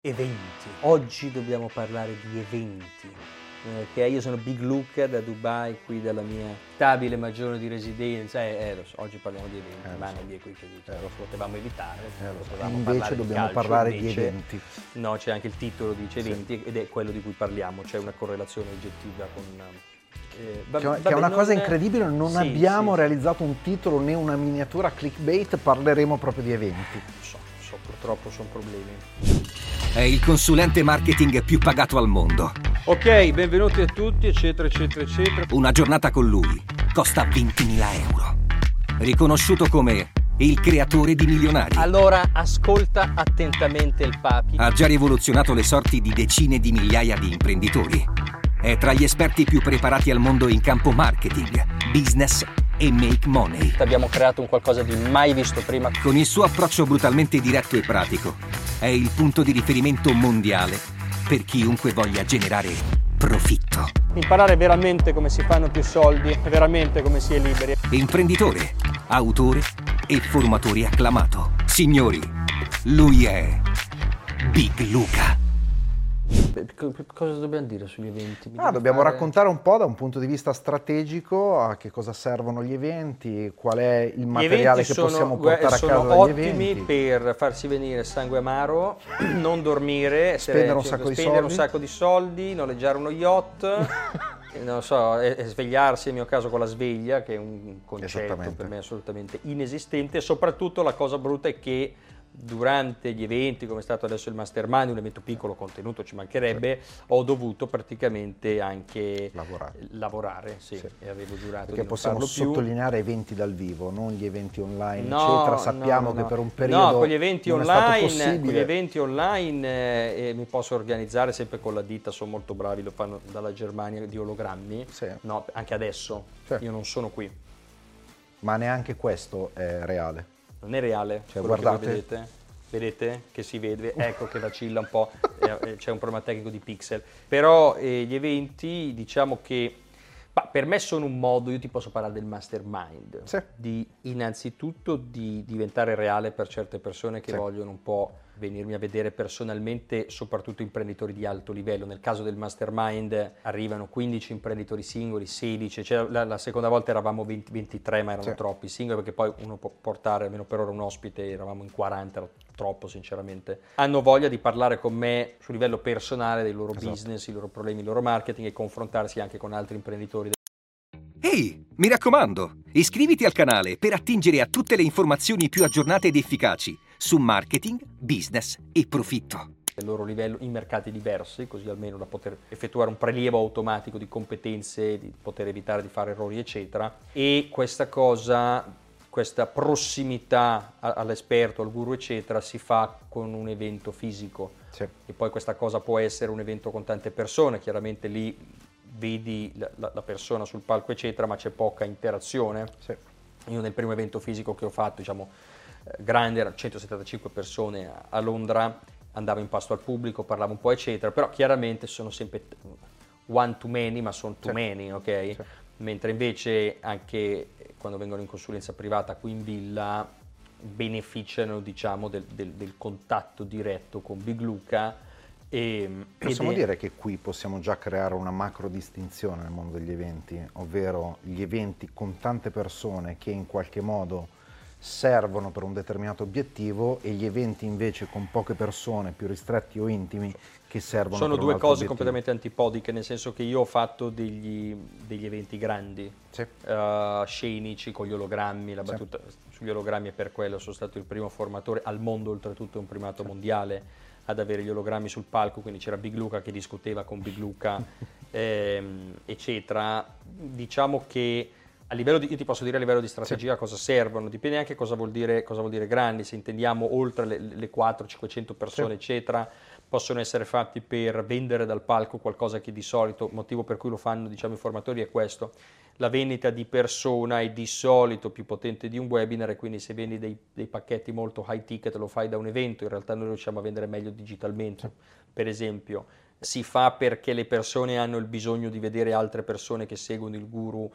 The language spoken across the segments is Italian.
Eventi. Oggi dobbiamo parlare di eventi. Che io sono Big Luca da Dubai, qui dalla mia stabile maggiore di residenza. Lo so, oggi parliamo di eventi, ma non è qui che potevamo evitare. Potevamo Invece dobbiamo calcio, parlare invece, di eventi. No, c'è anche il titolo, dice eventi, ed è quello di cui parliamo. C'è una correlazione oggettiva con... che è una cosa incredibile, non abbiamo realizzato un titolo né una miniatura clickbait, parleremo proprio di eventi. So, purtroppo sono problemi. È il consulente marketing più pagato al mondo. Ok, benvenuti a tutti, eccetera, eccetera, eccetera. Una giornata con lui costa 20.000 euro. Riconosciuto come il creatore di milionari. Allora, ascolta attentamente il Papi. Ha già rivoluzionato le sorti di decine di migliaia di imprenditori. È tra gli esperti più preparati al mondo in campo marketing, business e make money. Abbiamo creato un qualcosa di mai visto prima. Con il suo approccio brutalmente diretto e pratico, è il punto di riferimento mondiale per chiunque voglia generare profitto. Imparare veramente come si fanno più soldi, veramente come si è liberi. Imprenditore, autore e formatore acclamato. Signori, lui è Big Luca. Cosa dobbiamo dire sugli eventi? Dobbiamo raccontare un po' da un punto di vista strategico a che cosa servono gli eventi, qual è il materiale che possiamo portare a casa dagli eventi. Sono eventi. ottimi per farsi venire sangue amaro, non dormire, spendere un sacco di soldi, noleggiare uno yacht. Non so, svegliarsi nel mio caso con la sveglia, che è un concetto per me assolutamente inesistente. E soprattutto la cosa brutta è che durante gli eventi, come è stato adesso il Mastermind, un evento piccolo, contenuto ci mancherebbe, ho dovuto praticamente anche lavorare e avevo giurato perché di non possiamo farlo più. sottolineare eventi dal vivo, non gli eventi online, eccetera. Sappiamo che per un periodo con gli eventi non online, è stato possibile. con gli eventi online mi posso organizzare sempre con la ditta, sono molto bravi, lo fanno dalla Germania, di ologrammi. No, anche adesso io non sono qui, ma neanche questo è reale. Non è reale, guardate. Vedete che si vede, ecco che vacilla un po', c'è un problema tecnico di pixel. Però gli eventi, diciamo che per me sono un modo, io ti posso parlare del mastermind, di innanzitutto di diventare reale per certe persone che vogliono un po' venirmi a vedere personalmente, soprattutto imprenditori di alto livello. Nel caso del mastermind arrivano 15 imprenditori singoli, 16, la seconda volta eravamo 23, ma erano troppi singoli, perché poi uno può portare, almeno per ora, un ospite, eravamo in 40, era troppo sinceramente. Hanno voglia di parlare con me sul livello personale dei loro business, i loro problemi, il loro marketing, e confrontarsi anche con altri imprenditori. Ehi, mi raccomando, iscriviti al canale per attingere a tutte le informazioni più aggiornate ed efficaci su marketing, business e profitto. Il loro livello in mercati diversi, così almeno da poter effettuare un prelievo automatico di competenze, di poter evitare di fare errori, eccetera. E questa prossimità all'esperto, al guru, eccetera, si fa con un evento fisico. E poi questa cosa può essere un evento con tante persone, chiaramente lì vedi la persona sul palco, eccetera, ma c'è poca interazione. Io nel primo evento fisico che ho fatto, grande, erano 175 persone a Londra, andavo in pasto al pubblico, parlavo un po', eccetera, però chiaramente sono sempre one too many, ma sono too many, ok? Mentre invece anche quando vengono in consulenza privata qui in villa beneficiano, del contatto diretto con Big Luca. Possiamo dire che qui possiamo già creare una macro distinzione nel mondo degli eventi, ovvero gli eventi con tante persone che in qualche modo servono per un determinato obiettivo, e gli eventi invece con poche persone, più ristretti o intimi, che servono per un altro obiettivo. Sono due cose completamente antipodiche, nel senso che io ho fatto degli eventi grandi, scenici, con gli ologrammi, la battuta sugli ologrammi è per quello, sono stato il primo formatore al mondo, oltretutto è un primato mondiale ad avere gli ologrammi sul palco, quindi c'era Big Luca che discuteva con Big Luca, eccetera. Diciamo che io ti posso dire a livello di strategia cosa servono, dipende anche cosa vuol dire grandi, se intendiamo oltre le 400-500 persone, eccetera, possono essere fatti per vendere dal palco qualcosa che di solito, motivo per cui lo fanno i formatori è questo. La vendita di persona è di solito più potente di un webinar, e quindi se vendi dei pacchetti molto high ticket lo fai da un evento, in realtà noi riusciamo a vendere meglio digitalmente. Per esempio, si fa perché le persone hanno il bisogno di vedere altre persone che seguono il guru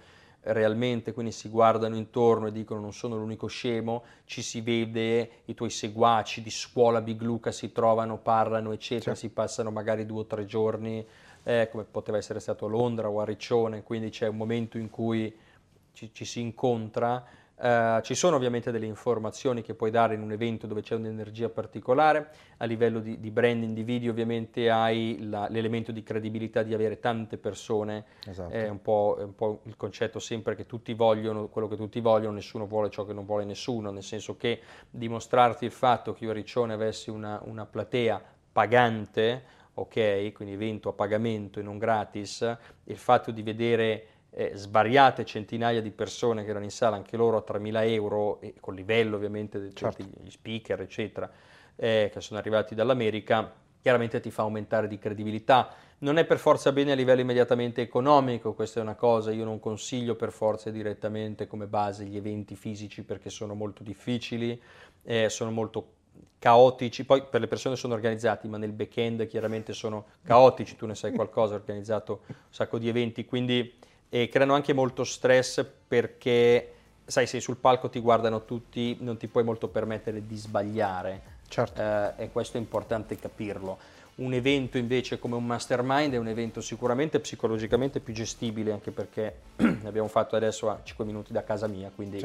realmente, quindi si guardano intorno e dicono non sono l'unico scemo, ci si vede, i tuoi seguaci di scuola Big Luca si trovano, parlano eccetera, si passano magari 2 o 3 giorni, come poteva essere stato a Londra o a Riccione, quindi c'è un momento in cui ci si incontra. Ci sono ovviamente delle informazioni che puoi dare in un evento dove c'è un'energia particolare, a livello di branding di video ovviamente hai l'elemento di credibilità di avere tante persone, Esatto. è un po' il concetto sempre che tutti vogliono quello che tutti vogliono, nessuno vuole ciò che non vuole nessuno, nel senso che dimostrarti il fatto che io a Riccione avessi una platea pagante, ok, quindi evento a pagamento e non gratis, il fatto di vedere svariate centinaia di persone che erano in sala, anche loro a 3.000 euro, e col livello ovviamente di Certo. gli speaker, eccetera, che sono arrivati dall'America, chiaramente ti fa aumentare di credibilità. Non è per forza bene a livello immediatamente economico, questa è una cosa, io non consiglio per forza direttamente come base gli eventi fisici perché sono molto difficili, sono molto caotici, poi per le persone sono organizzati, ma nel back-end chiaramente sono caotici, tu ne sai qualcosa, hai organizzato un sacco di eventi, quindi e creano anche molto stress perché, sai, sei sul palco, ti guardano tutti, non ti puoi molto permettere di sbagliare. Certo. E questo è importante capirlo. Un evento invece come un mastermind è un evento sicuramente psicologicamente più gestibile, anche perché abbiamo fatto adesso a 5 minuti da casa mia, quindi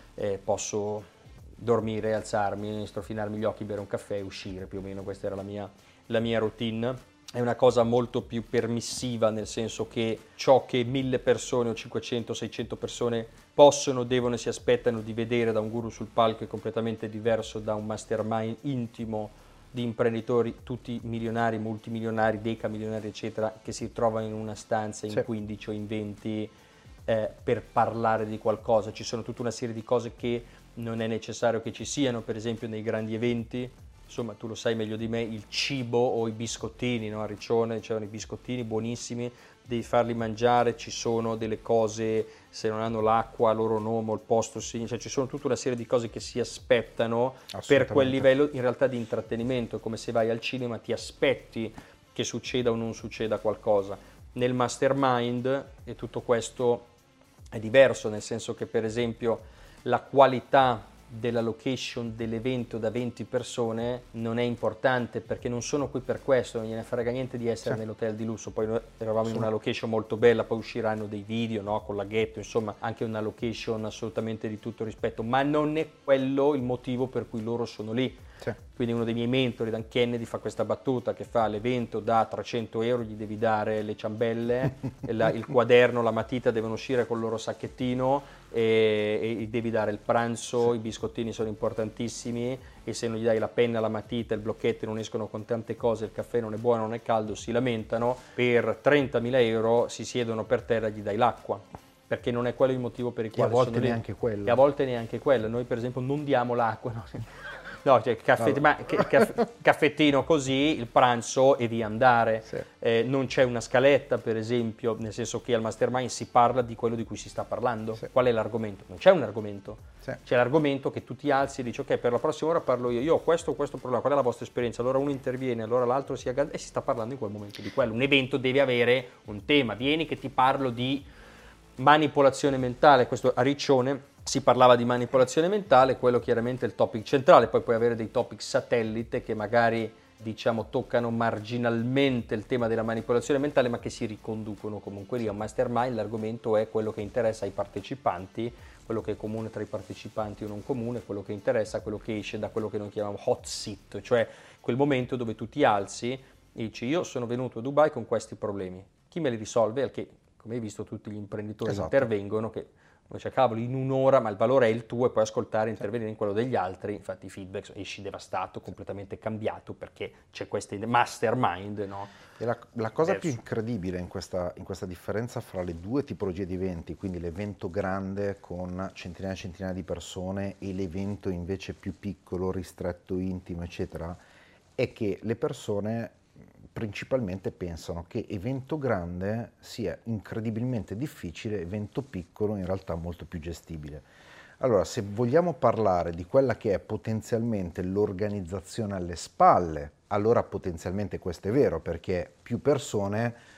posso dormire, alzarmi, strofinarmi gli occhi, bere un caffè e uscire, più o meno questa era la mia routine. È una cosa molto più permissiva, nel senso che ciò che 1000 persone o 500 o 600 persone possono, devono e si aspettano di vedere da un guru sul palco è completamente diverso da un mastermind intimo di imprenditori, tutti milionari, multimilionari, decamilionari, eccetera, che si trovano in una stanza in 15 o in 20 per parlare di qualcosa. Ci sono tutta una serie di cose che non è necessario che ci siano, per esempio nei grandi eventi. Insomma, tu lo sai meglio di me, il cibo o i biscottini, no? A Riccione c'erano i biscottini buonissimi, devi farli mangiare, ci sono delle cose, se non hanno l'acqua, loro nome, il posto, cioè ci sono tutta una serie di cose che si aspettano per quel livello in realtà di intrattenimento, è come se vai al cinema, ti aspetti che succeda o non succeda qualcosa. Nel mastermind e tutto questo è diverso, nel senso che per esempio la qualità della location dell'evento da 20 persone non è importante perché non sono qui per questo, non gliene frega niente di essere nell'hotel di lusso, poi noi eravamo in una location molto bella, poi usciranno dei video, no, con laghetto, insomma anche una location assolutamente di tutto rispetto, ma non è quello il motivo per cui loro sono lì. Quindi uno dei miei mentori, Dan Kennedy, fa questa battuta che fa l'evento da 300 euro, gli devi dare le ciambelle, il quaderno, la matita devono uscire col loro sacchettino e gli devi dare il pranzo, i biscottini sono importantissimi e se non gli dai la penna, la matita, il blocchetto, non escono con tante cose, il caffè non è buono, non è caldo, si lamentano, per 30.000 euro si siedono per terra e gli dai l'acqua. Perché non è quello il motivo per il quale sono lì. E a volte neanche quello. Noi per esempio non diamo l'acqua, no? No, cioè caffettino così, il pranzo e via andare. Non c'è una scaletta, per esempio, nel senso che al mastermind si parla di quello di cui si sta parlando. Qual è l'argomento? Non c'è un argomento. C'è l'argomento che tu ti alzi e dici ok, per la prossima ora parlo io ho questo problema, qual è la vostra esperienza? Allora uno interviene, allora l'altro si aggancia e si sta parlando in quel momento di quello. Un evento deve avere un tema. Vieni che ti parlo di manipolazione mentale, questo a Riccione si parlava di manipolazione mentale, quello chiaramente è il topic centrale, poi puoi avere dei topic satellite che magari diciamo toccano marginalmente il tema della manipolazione mentale ma che si riconducono comunque lì a un mastermind. L'argomento è quello che interessa ai partecipanti, quello che è comune tra i partecipanti o non comune, quello che interessa, quello che esce da quello che noi chiamiamo hot seat, cioè quel momento dove tu ti alzi e dici io sono venuto a Dubai con questi problemi, chi me li risolve? Al che, come hai visto, tutti gli imprenditori intervengono che cioè cavolo, in un'ora, ma il valore è il tuo e puoi ascoltare e intervenire in quello degli altri. Infatti i feedback, esci devastato, completamente cambiato perché c'è questo mastermind, no? E la cosa più incredibile in questa differenza fra le due tipologie di eventi, quindi l'evento grande con centinaia e centinaia di persone e l'evento invece più piccolo, ristretto, intimo, eccetera, è che le persone principalmente pensano che evento grande sia incredibilmente difficile, evento piccolo in realtà molto più gestibile. Allora, se vogliamo parlare di quella che è potenzialmente l'organizzazione alle spalle, allora potenzialmente questo è vero, perché più persone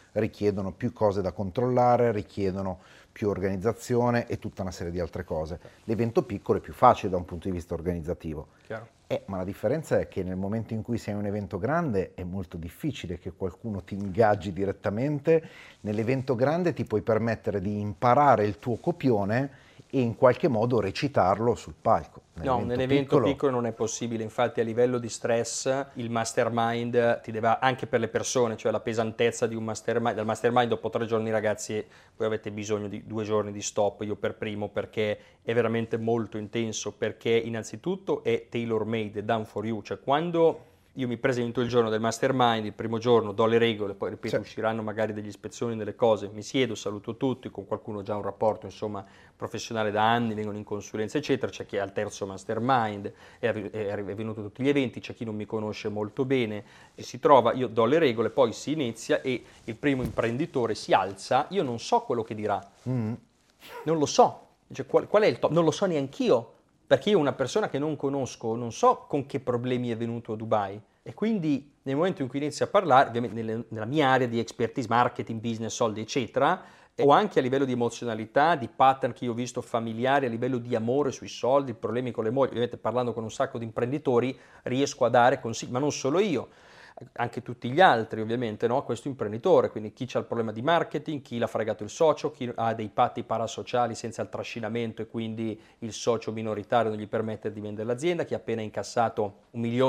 richiedono più cose da controllare, richiedono più organizzazione e tutta una serie di altre cose. L'evento piccolo è più facile da un punto di vista organizzativo. Chiaro. Ma la differenza è che nel momento in cui sei un evento grande è molto difficile che qualcuno ti ingaggi direttamente. Nell'evento grande ti puoi permettere di imparare il tuo copione e in qualche modo recitarlo sul palco. Nell'evento piccolo non è possibile, infatti a livello di stress il mastermind ti deve, anche per le persone, cioè la pesantezza di un mastermind, dal mastermind dopo 3 giorni ragazzi voi avete bisogno di 2 giorni di stop, io per primo, perché è veramente molto intenso, perché innanzitutto è tailor made, done for you, cioè quando io mi presento il giorno del mastermind, il primo giorno do le regole, poi ripeto usciranno magari delle ispezioni, delle cose, mi siedo, saluto tutti, con qualcuno già un rapporto insomma professionale da anni, vengono in consulenza eccetera, c'è chi è al terzo mastermind, è venuto a tutti gli eventi, c'è chi non mi conosce molto bene e si trova, io do le regole, poi si inizia e il primo imprenditore si alza, io non so quello che dirà, non lo so, cioè, qual è il top, non lo so neanch'io. Perché io una persona che non conosco, non so con che problemi è venuto a Dubai e quindi nel momento in cui inizio a parlare, ovviamente nella mia area di expertise, marketing, business, soldi eccetera, o anche a livello di emozionalità, di pattern che io ho visto familiari, a livello di amore sui soldi, problemi con le mogli, ovviamente parlando con un sacco di imprenditori riesco a dare consigli, ma non solo io, anche tutti gli altri ovviamente, no? Questo imprenditore, quindi chi ha il problema di marketing, chi l'ha fregato il socio, chi ha dei patti parasociali senza il trascinamento e quindi il socio minoritario non gli permette di vendere l'azienda, chi ha appena incassato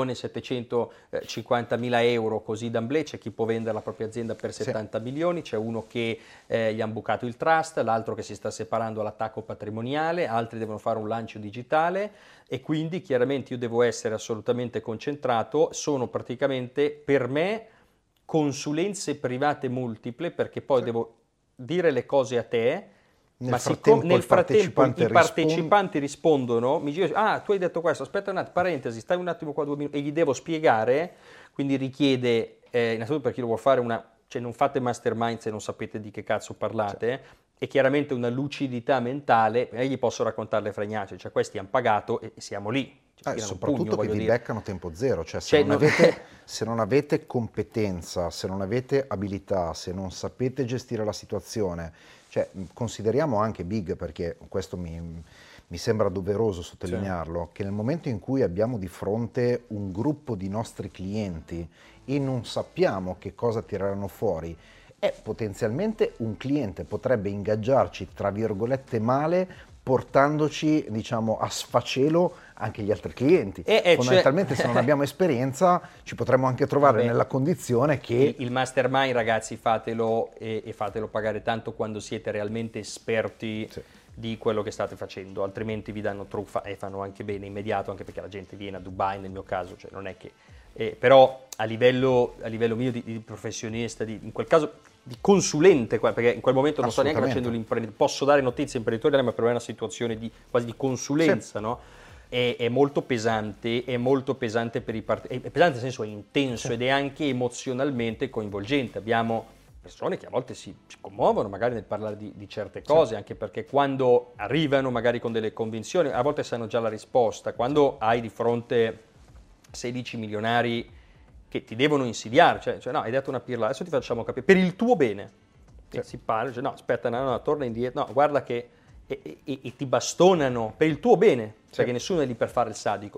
1.750.000 euro così d'amblè, c'è chi può vendere la propria azienda per 70 milioni, c'è uno che gli ha bucato il trust, l'altro che si sta separando all'attacco patrimoniale, altri devono fare un lancio digitale e quindi chiaramente io devo essere assolutamente concentrato, sono praticamente per me consulenze private multiple perché poi devo dire le cose a te, nel frattempo i partecipanti rispondono, mi dicono tu hai detto questo, aspetta un attimo, parentesi, stai un attimo qua 2 minuti e gli devo spiegare, quindi richiede, innanzitutto per chi lo vuole fare cioè non fate mastermind se non sapete di che cazzo parlate, e chiaramente una lucidità mentale, gli posso raccontare le fregnacce, cioè questi hanno pagato e siamo lì. Soprattutto che vi beccano tempo zero, cioè se non avete competenza, se non avete abilità, se non sapete gestire la situazione, cioè consideriamo anche Big, perché questo mi sembra doveroso sottolinearlo, che nel momento in cui abbiamo di fronte un gruppo di nostri clienti e non sappiamo che cosa tireranno fuori, potenzialmente un cliente potrebbe ingaggiarci tra virgolette male, portandoci diciamo a sfacelo anche gli altri clienti. Fondamentalmente se non abbiamo esperienza ci potremmo anche trovare nella condizione che... Il mastermind ragazzi fatelo e fatelo pagare tanto quando siete realmente esperti di quello che state facendo, altrimenti vi danno truffa e fanno anche bene immediato, anche perché la gente viene a Dubai nel mio caso, cioè non è che... però a livello mio di professionista, in quel caso di consulente, perché in quel momento non sto neanche facendo l'imprenditore, posso dare notizie imprenditoriali, ma per me è una situazione quasi di consulenza, no? È molto pesante per i partecipanti, è pesante nel senso è intenso ed è anche emozionalmente coinvolgente. Abbiamo persone che a volte si commuovono magari nel parlare di certe cose, anche perché quando arrivano magari con delle convinzioni, a volte sanno già la risposta, quando hai di fronte 16 milionari che ti devono insidiare, cioè no, hai detto una pirla, adesso ti facciamo capire, per il tuo bene, e si parla, cioè, no, aspetta, no, torna indietro, no, guarda che, e ti bastonano per il tuo bene, perché nessuno è lì per fare il sadico,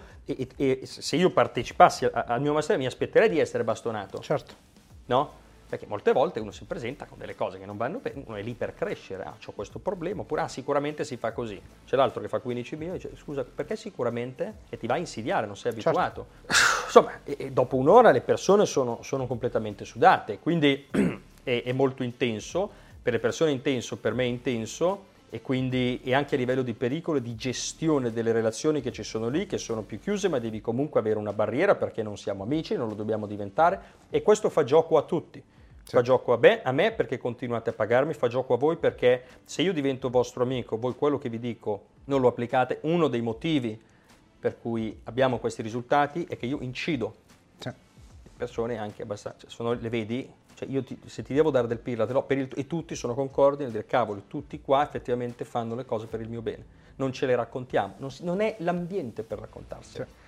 e se io partecipassi al mio master mi aspetterei di essere bastonato, no? Perché molte volte uno si presenta con delle cose che non vanno bene, uno è lì per crescere, c'ho questo problema, oppure sicuramente si fa così. C'è l'altro che fa 15 milioni e dice scusa, perché sicuramente? E ti va a insidiare, non sei abituato. Insomma, e dopo un'ora le persone sono completamente sudate, quindi è molto intenso, per le persone è intenso, per me è intenso, e quindi e anche a livello di pericolo e di gestione delle relazioni che ci sono lì, che sono più chiuse, ma devi comunque avere una barriera perché non siamo amici, non lo dobbiamo diventare, e questo fa gioco a tutti. Fa gioco a me perché continuate a pagarmi, fa gioco a voi perché se io divento vostro amico, voi quello che vi dico non lo applicate, uno dei motivi per cui abbiamo questi risultati è che io incido. Le persone anche abbastanza, le vedi? Cioè io se ti devo dare del pirla, e tutti sono concordi nel dire cavolo, tutti qua effettivamente fanno le cose per il mio bene, non ce le raccontiamo, non è l'ambiente per raccontarsele.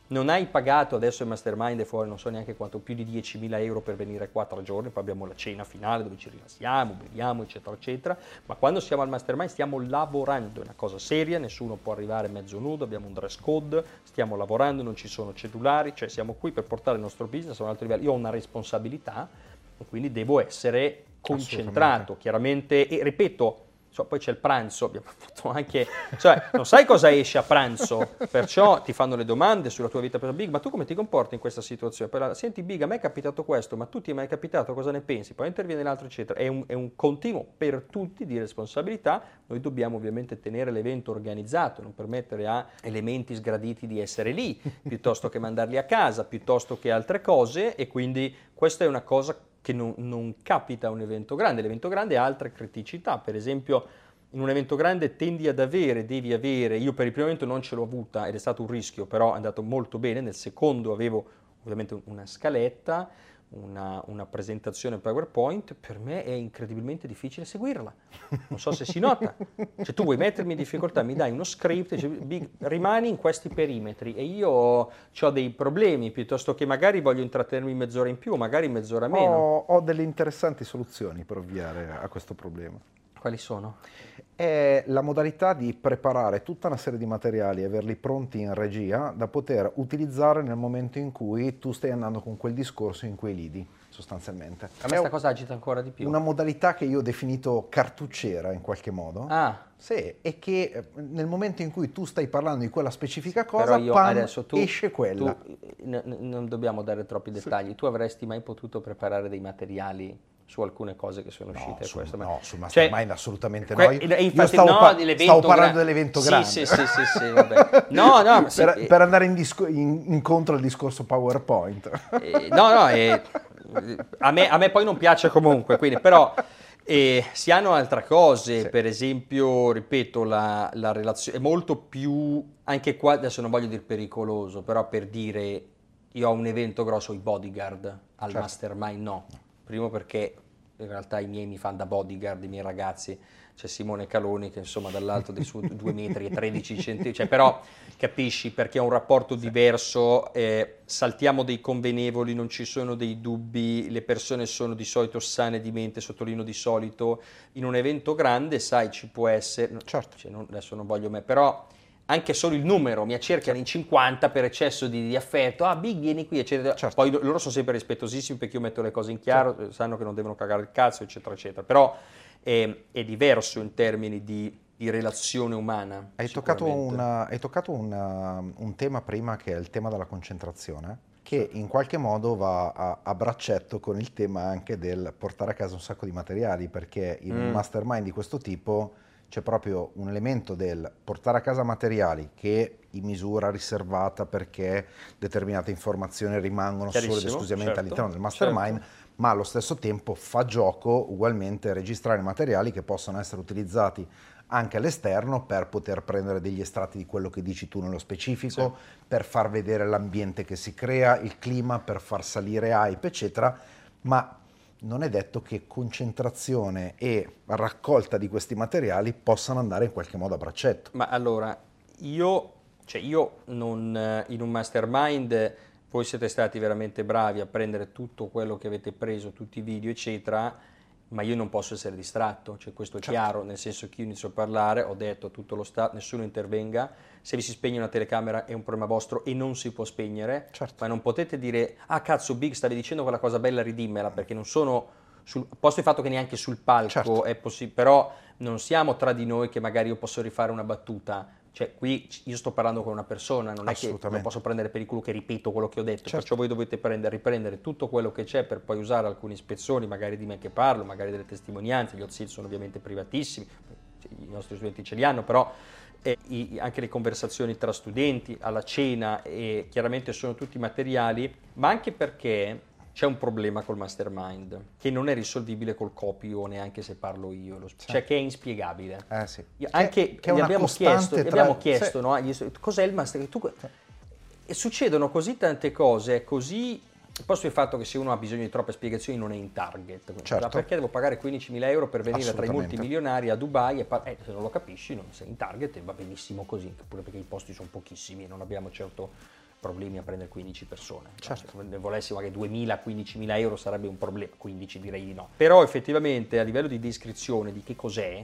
non hai pagato, adesso il mastermind è fuori, non so neanche quanto, più di 10.000 euro per venire 4 giorni, poi abbiamo la cena finale dove ci rilassiamo, beviamo, eccetera, eccetera, ma quando siamo al mastermind stiamo lavorando, è una cosa seria, nessuno può arrivare mezzo nudo, abbiamo un dress code, stiamo lavorando, non ci sono cellulari, cioè siamo qui per portare il nostro business a un altro livello. Io ho una responsabilità e quindi devo essere concentrato, chiaramente, e ripeto, poi c'è il pranzo, abbiamo fatto anche, non sai cosa esce a pranzo, perciò ti fanno le domande sulla tua vita personale. Big, ma tu come ti comporti in questa situazione? Senti Big, a me è capitato questo, ma tu ti è mai capitato, cosa ne pensi? Poi interviene l'altro, eccetera. È un continuo per tutti di responsabilità. Noi dobbiamo ovviamente tenere l'evento organizzato, non permettere a elementi sgraditi di essere lì, piuttosto che mandarli a casa, piuttosto che altre cose, e quindi questa è una cosa che non capita a un evento grande. L'evento grande ha altre criticità, per esempio in un evento grande devi avere, io per il primo evento non ce l'ho avuta ed è stato un rischio, però è andato molto bene, nel secondo avevo ovviamente una scaletta, una presentazione PowerPoint, per me è incredibilmente difficile seguirla, non so se si nota, cioè tu vuoi mettermi in difficoltà, mi dai uno script, rimani in questi perimetri e io ho dei problemi, piuttosto che magari voglio intrattenermi mezz'ora in più, magari mezz'ora meno. Ho delle interessanti soluzioni per ovviare a questo problema. Quali sono? È la modalità di preparare tutta una serie di materiali e averli pronti in regia da poter utilizzare nel momento in cui tu stai andando con quel discorso in quei lidi, sostanzialmente. A me questa cosa agita ancora di più. Una modalità che io ho definito cartucciera in qualche modo. Ah. Sì, e che nel momento in cui tu stai parlando di quella specifica cosa, adesso esce quella. Non dobbiamo dare troppi dettagli. Tu avresti mai potuto preparare dei materiali su alcune cose che sono uscite? Sul mastermind assolutamente no. Io stavo parlando dell'evento grande. Sì, vabbè. Per andare incontro al discorso PowerPoint. A me poi non piace comunque, quindi, però si hanno altre cose, per esempio, ripeto, la relazione è molto più, anche qua, adesso non voglio dire pericoloso, però per dire, io ho un evento grosso, i bodyguard, al mastermind no. Primo perché in realtà i miei mi fanno da bodyguard, i miei ragazzi, c'è Simone Caloni che insomma dall'alto dei suoi 2 metri e 13 centimetri, cioè, però capisci perché è un rapporto diverso, saltiamo dei convenevoli, non ci sono dei dubbi, le persone sono di solito sane di mente, sottolineo di solito, in un evento grande sai ci può essere, adesso non voglio però anche solo il numero, mi accerchiano in 50 per eccesso di affetto, Big vieni qui, eccetera. Poi loro sono sempre rispettosissimi perché io metto le cose in chiaro, sanno che non devono cagare il cazzo, eccetera, eccetera. Però è diverso in termini di relazione umana. Hai toccato un tema prima, che è il tema della concentrazione, che in qualche modo va a braccetto con il tema anche del portare a casa un sacco di materiali, perché in un mastermind di questo tipo c'è proprio un elemento del portare a casa materiali che in misura riservata, perché determinate informazioni rimangono solo ed esclusivamente all'interno del mastermind, ma allo stesso tempo fa gioco ugualmente registrare materiali che possono essere utilizzati anche all'esterno per poter prendere degli estratti di quello che dici tu nello specifico, per far vedere l'ambiente che si crea, il clima, per far salire hype, eccetera, ma non è detto che concentrazione e raccolta di questi materiali possano andare in qualche modo a braccetto. Ma allora, io non, in un mastermind, voi siete stati veramente bravi a prendere tutto quello che avete preso, tutti i video, eccetera, ma io non posso essere distratto, cioè questo è chiaro, nel senso che io inizio a parlare, ho detto a tutto lo staff, nessuno intervenga, se vi si spegne una telecamera è un problema vostro e non si può spegnere, ma non potete dire, cazzo Big stavi dicendo quella cosa bella, ridimmela, perché non sono, posto il fatto che neanche sul palco è possibile, però non siamo tra di noi che magari io posso rifare una battuta, cioè qui io sto parlando con una persona, non è che non posso prendere per il culo che ripeto quello che ho detto, perciò voi dovete riprendere tutto quello che c'è per poi usare alcune ispezioni, magari di me che parlo, magari delle testimonianze, gli hot seat sono ovviamente privatissimi, i nostri studenti ce li hanno, però anche le conversazioni tra studenti, alla cena, e chiaramente sono tutti materiali, ma anche perché c'è un problema col mastermind che non è risolvibile col copy o neanche se parlo io, cioè che è inspiegabile. Anche che gli abbiamo chiesto, no? Cos'è il mastermind? E succedono così tante cose, così. Posto il fatto che se uno ha bisogno di troppe spiegazioni non è in target, perché devo pagare 15.000 euro per venire tra i multimilionari a Dubai e se non lo capisci non sei in target e va benissimo così, pure perché i posti sono pochissimi e non abbiamo certo problemi a prendere 15 persone. Certo. Se ne volessimo magari 2.000, 15.000 euro sarebbe un problema, 15 direi di no. Però effettivamente a livello di descrizione di che cos'è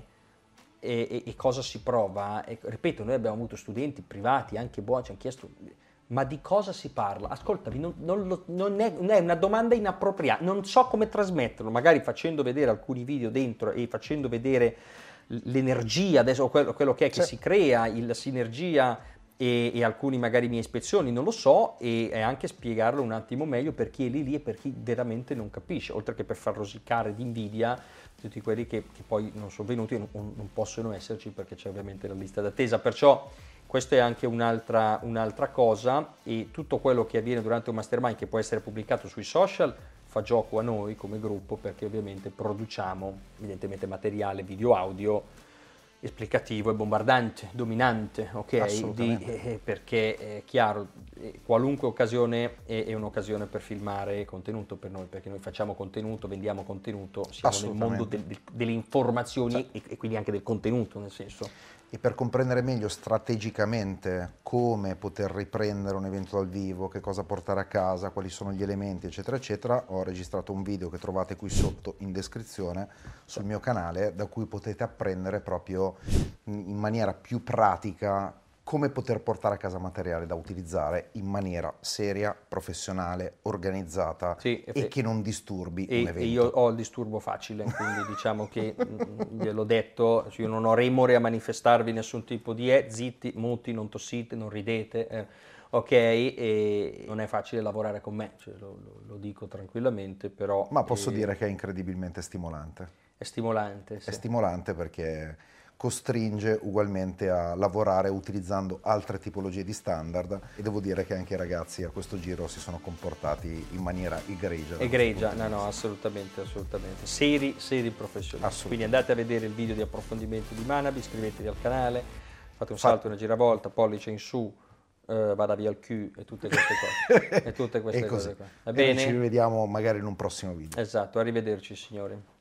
e cosa si prova, ripeto, noi abbiamo avuto studenti privati, anche buoni, ci hanno chiesto, ma di cosa si parla? Ascoltami, non è una domanda inappropriata, non so come trasmetterlo, magari facendo vedere alcuni video dentro e facendo vedere l'energia, adesso quello che è che si crea, la sinergia e alcuni magari mie ispezioni, non lo so, e anche spiegarlo un attimo meglio per chi è lì e per chi veramente non capisce, oltre che per far rosicare di invidia tutti quelli che poi non sono venuti e non possono esserci perché c'è ovviamente la lista d'attesa. Perciò questa è anche un'altra cosa, e tutto quello che avviene durante un mastermind che può essere pubblicato sui social fa gioco a noi come gruppo, perché ovviamente produciamo evidentemente materiale video audio esplicativo e bombardante, dominante, ok? Perché è chiaro, qualunque occasione è un'occasione per filmare contenuto per noi, perché noi facciamo contenuto, vendiamo contenuto, siamo nel mondo delle informazioni e quindi anche del contenuto, nel senso. E per comprendere meglio strategicamente come poter riprendere un evento dal vivo, che cosa portare a casa, quali sono gli elementi, eccetera, eccetera, ho registrato un video che trovate qui sotto in descrizione sul mio canale, da cui potete apprendere proprio in maniera più pratica come poter portare a casa materiale da utilizzare in maniera seria, professionale, organizzata e che non disturbi un evento. E io ho il disturbo facile, quindi diciamo che gliel'ho detto, io non ho remore a manifestarvi nessun tipo di zitti, muti, non tossite, non ridete, ok? E non è facile lavorare con me, cioè, lo dico tranquillamente, però... Ma posso dire che è incredibilmente stimolante. È stimolante, sì. È stimolante perché costringe ugualmente a lavorare utilizzando altre tipologie di standard, e devo dire che anche i ragazzi a questo giro si sono comportati in maniera egregia. Egregia, no, assolutamente. Seri professionisti. Quindi andate a vedere il video di approfondimento di Manabi, iscrivetevi al canale, fate un salto, una giravolta, pollice in su, vada via il Q e tutte queste cose. E cose qua. Va bene? Ci rivediamo magari in un prossimo video. Esatto, arrivederci signori.